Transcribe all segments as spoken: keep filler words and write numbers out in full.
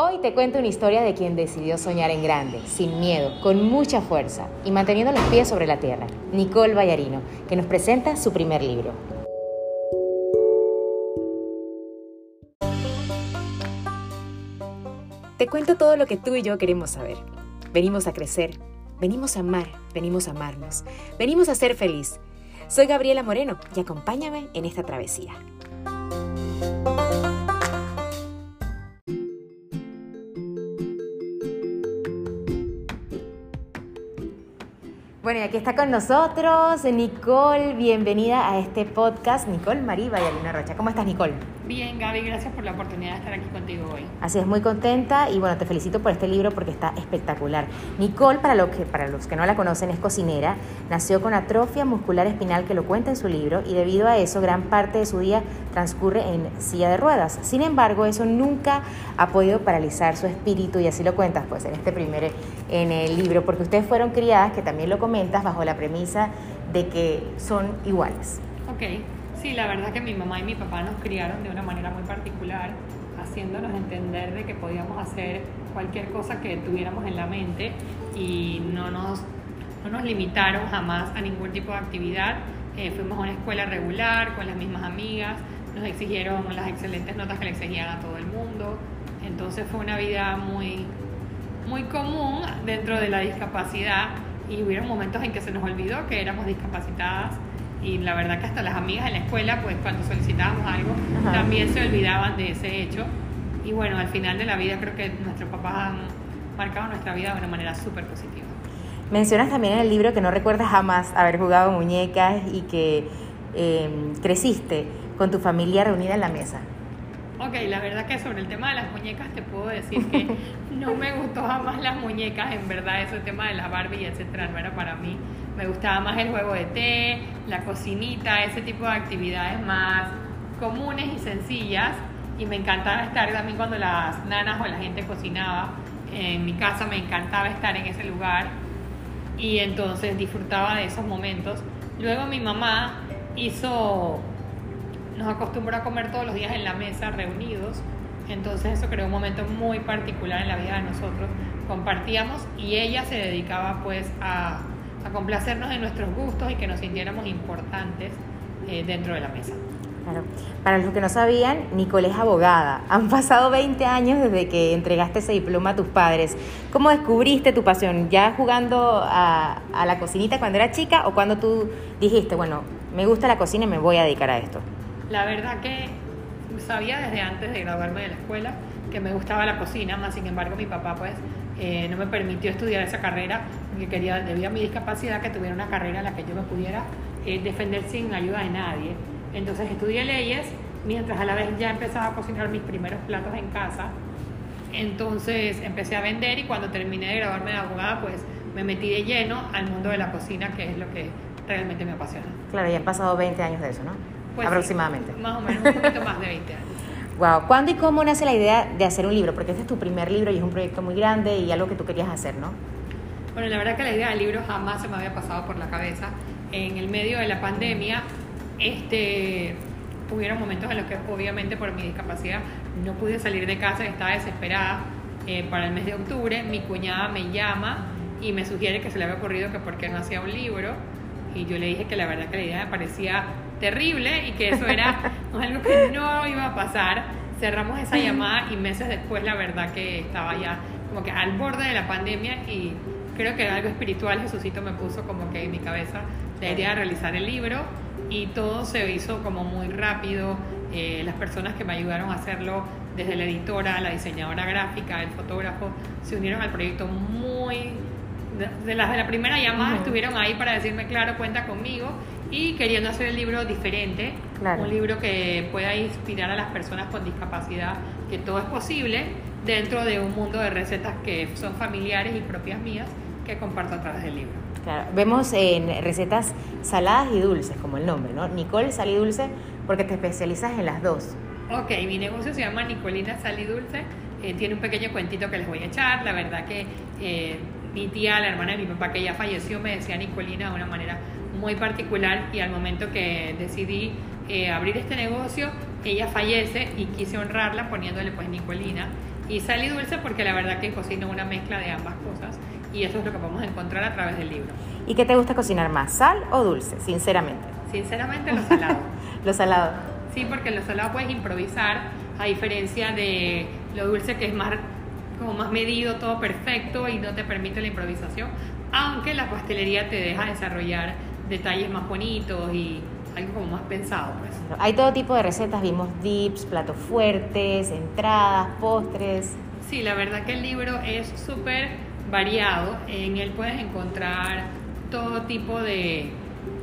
Hoy te cuento una historia de quien decidió soñar en grande, sin miedo, con mucha fuerza y manteniendo los pies sobre la tierra. Nicole Vallarino, que nos presenta su primer libro. Te cuento todo lo que tú y yo queremos saber. Venimos a crecer, venimos a amar, venimos a amarnos, venimos a ser feliz. Soy Gabriela Moreno y acompáñame en esta travesía. Bueno, y aquí está con nosotros Nicole, bienvenida a este podcast, Nicole Marie Vallarino Rocha. ¿Cómo estás, Nicole? Bien, Gaby, gracias por la oportunidad de estar aquí contigo hoy. Así es, muy contenta y bueno, te felicito por este libro porque está espectacular. Nicole, para los que, para los que no la conocen, es cocinera, nació con atrofia muscular espinal que lo cuenta en su libro y debido a eso gran parte de su día transcurre en silla de ruedas. Sin embargo, eso nunca ha podido paralizar su espíritu y así lo cuentas pues en este primer en el libro, porque ustedes fueron criadas, que también lo comentas, bajo la premisa de que son iguales. Ok. Sí, la verdad que mi mamá y mi papá nos criaron de una manera muy particular, haciéndonos entender de que podíamos hacer cualquier cosa que tuviéramos en la mente y no nos, no nos limitaron jamás a ningún tipo de actividad. Eh, fuimos a una escuela regular, con las mismas amigas, nos exigieron las excelentes notas que le exigían a todo el mundo. Entonces fue una vida muy, muy común dentro de la discapacidad y hubieron momentos en que se nos olvidó que éramos discapacitadas. Y la verdad que hasta las amigas en la escuela, pues cuando solicitábamos algo, Ajá. también se olvidaban de ese hecho. Y bueno, al final de la vida creo que nuestros papás han marcado nuestra vida de una manera súper positiva. Mencionas también en el libro que no recuerdas jamás haber jugado muñecas y que eh, creciste con tu familia reunida en la mesa. Ok, la verdad que sobre el tema de las muñecas te puedo decir que no me gustó jamás las muñecas, en verdad ese tema de las Barbie, etcétera, no era para mí. Me gustaba más el juego de té, la cocinita, ese tipo de actividades más comunes y sencillas. Y me encantaba estar también cuando las nanas o la gente cocinaba. En mi casa me encantaba estar en ese lugar y entonces disfrutaba de esos momentos. Luego mi mamá hizo, nos acostumbró a comer todos los días en la mesa reunidos. Entonces eso creó un momento muy particular en la vida de nosotros. Compartíamos y ella se dedicaba pues a... a complacernos en nuestros gustos y que nos sintiéramos importantes eh, dentro de la mesa. Claro. Para los que no sabían, Nicole es abogada. Han pasado veinte años desde que entregaste ese diploma a tus padres. ¿Cómo descubriste tu pasión? ¿Ya jugando a, a la cocinita cuando era chica o cuando tú dijiste, bueno, me gusta la cocina y me voy a dedicar a esto? La verdad que sabía desde antes de graduarme de la escuela que me gustaba la cocina, más sin embargo mi papá pues eh, no me permitió estudiar esa carrera porque quería, debido a mi discapacidad, que tuviera una carrera en la que yo me pudiera eh, defender sin ayuda de nadie. Entonces estudié leyes mientras a la vez ya empezaba a cocinar mis primeros platos en casa. Entonces empecé a vender y cuando terminé de graduarme de abogada pues me metí de lleno al mundo de la cocina, que es lo que realmente me apasiona. Claro, ya han pasado veinte años de eso, ¿no? Pues aproximadamente. Sí, más o menos, un poquito más de veinte años. Wow. ¿Cuándo y cómo nace la idea de hacer un libro? Porque este es tu primer libro y es un proyecto muy grande y algo que tú querías hacer, ¿no? Bueno, la verdad que la idea del libro jamás se me había pasado por la cabeza. En el medio de la pandemia, este, hubieron momentos en los que obviamente por mi discapacidad no pude salir de casa y estaba desesperada. Eh, para el mes de octubre mi cuñada me llama y me sugiere que se le había ocurrido que por qué no hacía un libro. Y yo le dije que la verdad que la idea me parecía terrible y que eso era algo que no iba a pasar. Cerramos esa llamada y meses después la verdad que estaba ya como que al borde de la pandemia y creo que algo espiritual Jesucito me puso como que en mi cabeza la idea de realizar el libro y todo se hizo como muy rápido. Eh, las personas que me ayudaron a hacerlo, desde la editora, la diseñadora gráfica, el fotógrafo, se unieron al proyecto muy... De la, de la primera llamada uh-huh. estuvieron ahí para decirme, claro, cuenta conmigo y queriendo hacer el libro diferente, claro. Un libro que pueda inspirar a las personas con discapacidad, que todo es posible dentro de un mundo de recetas que son familiares y propias mías que comparto a través del libro. Claro, vemos en recetas saladas y dulces, como el nombre, ¿no? Nicole Sal y Dulce, porque te especializas en las dos. Ok, mi negocio se llama Nicolina Sal y Dulce, eh, tiene un pequeño cuentito que les voy a echar, la verdad que... Eh, mi tía, la hermana de mi papá que ya falleció, me decía Nicolina de una manera muy particular y al momento que decidí eh, abrir este negocio, ella fallece y quise honrarla poniéndole pues Nicolina y sal y dulce porque la verdad que cocino una mezcla de ambas cosas y eso es lo que vamos a encontrar a través del libro. ¿Y qué te gusta cocinar más, sal o dulce, sinceramente? Sinceramente lo salado. Lo salado. Sí, porque en lo salado puedes improvisar, a diferencia de lo dulce que es más, como más medido, todo perfecto y no te permite la improvisación, aunque la pastelería te deja desarrollar detalles más bonitos y algo como más pensado, pues. Hay todo tipo de recetas, vimos dips, platos fuertes, entradas, postres. Sí, la verdad que el libro es súper variado, en él puedes encontrar todo tipo de,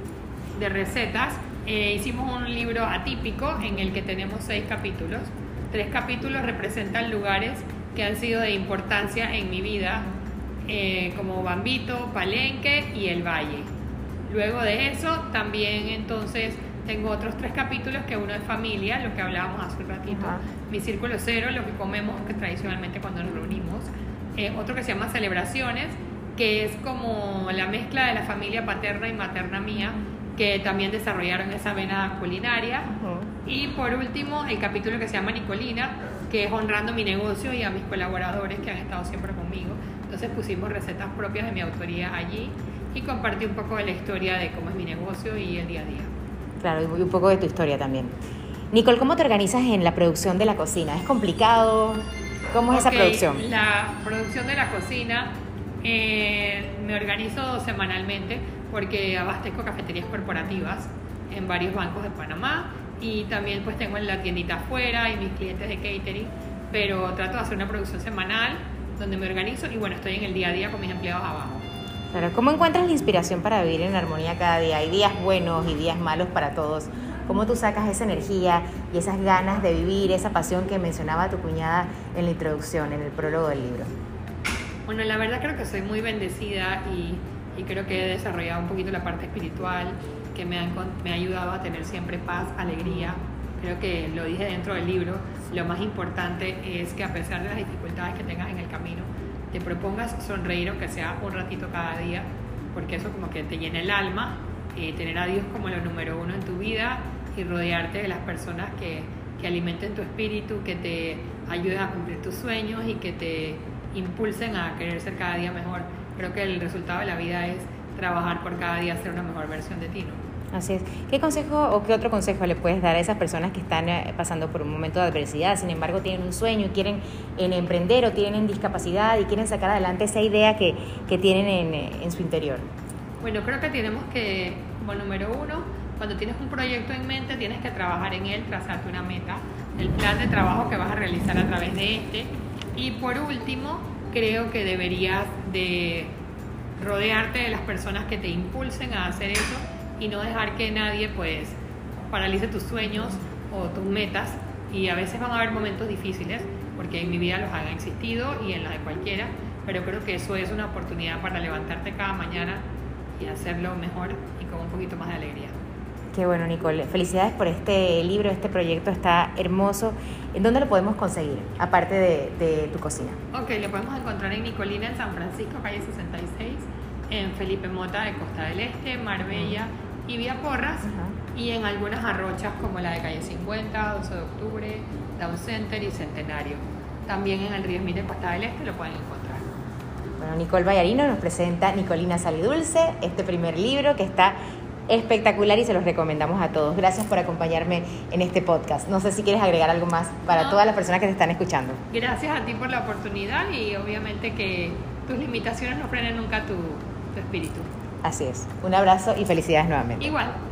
de recetas. Eh, hicimos un libro atípico en el que tenemos seis capítulos. Tres capítulos representan lugares que han sido de importancia en mi vida, eh, como Bambito, Palenque y El Valle. Luego de eso, también entonces tengo otros tres capítulos, que uno es familia, lo que hablábamos hace un ratito, uh-huh. Mi círculo cero, lo que comemos que tradicionalmente cuando nos reunimos. Eh, otro que se llama Celebraciones, que es como la mezcla de la familia paterna y materna mía, que también desarrollaron esa vena culinaria. Uh-huh. Y por último, el capítulo que se llama Nicolina, que es honrando mi negocio y a mis colaboradores que han estado siempre conmigo. Entonces pusimos recetas propias de mi autoría allí y compartí un poco de la historia de cómo es mi negocio y el día a día. Claro, y un poco de tu historia también. Nicole, ¿cómo te organizas en la producción de la cocina? ¿Es complicado? ¿Cómo es okay, esa producción? La producción de la cocina eh, me organizo semanalmente porque abastezco cafeterías corporativas en varios bancos de Panamá y también pues tengo la tiendita afuera y mis clientes de catering, pero trato de hacer una producción semanal donde me organizo y bueno, estoy en el día a día con mis empleados abajo. Claro, ¿cómo encuentras la inspiración para vivir en armonía cada día? Hay días buenos y días malos para todos. ¿Cómo tú sacas esa energía y esas ganas de vivir, esa pasión que mencionaba tu cuñada en la introducción, en el prólogo del libro? Bueno, la verdad creo que soy muy bendecida y, y creo que he desarrollado un poquito la parte espiritual que me ha, me ha ayudado a tener siempre paz, alegría. Creo que lo dije dentro del libro, lo más importante es que a pesar de las dificultades que tengas en el camino, te propongas sonreír aunque sea un ratito cada día, porque eso como que te llena el alma, eh, tener a Dios como lo número uno en tu vida y rodearte de las personas que, que alimenten tu espíritu, que te ayuden a cumplir tus sueños y que te impulsen a querer ser cada día mejor. Creo que el resultado de la vida es trabajar por cada día ser una mejor versión de ti, ¿no? Así es. ¿Qué consejo o qué otro consejo le puedes dar a esas personas que están pasando por un momento de adversidad, sin embargo tienen un sueño y quieren en emprender o tienen discapacidad y quieren sacar adelante esa idea que, que tienen en, en su interior? Bueno, creo que tenemos que, como número uno, cuando tienes un proyecto en mente, tienes que trabajar en él, trazarte una meta, el plan de trabajo que vas a realizar a través de este. Y por último, creo que deberías de rodearte de las personas que te impulsen a hacer eso y no dejar que nadie pues paralice tus sueños o tus metas, y a veces van a haber momentos difíciles porque en mi vida los han existido y en la de cualquiera, pero creo que eso es una oportunidad para levantarte cada mañana y hacerlo mejor y con un poquito más de alegría. Qué bueno, Nicole. Felicidades por este libro, este proyecto está hermoso. ¿En dónde lo podemos conseguir, aparte de, de tu cocina? Ok, lo podemos encontrar en Nicolina, en San Francisco, calle sesenta y seis, en Felipe Mota de Costa del Este, Marbella y Vía Porras, uh-huh. Y en algunas arrochas como la de calle cincuenta, doce de octubre, Down Center y Centenario. También en el Río Mil de Costa del Este lo pueden encontrar. Bueno, Nicole Vallarino nos presenta Nicolina Sal y Dulce, este primer libro que está espectacular y se los recomendamos a todos. Gracias por acompañarme en este podcast. No sé si quieres agregar algo más para no. todas las personas que te están escuchando. Gracias a ti por la oportunidad y obviamente que tus limitaciones no frenen nunca tu, tu espíritu. Así es. Un abrazo y felicidades nuevamente. Igual.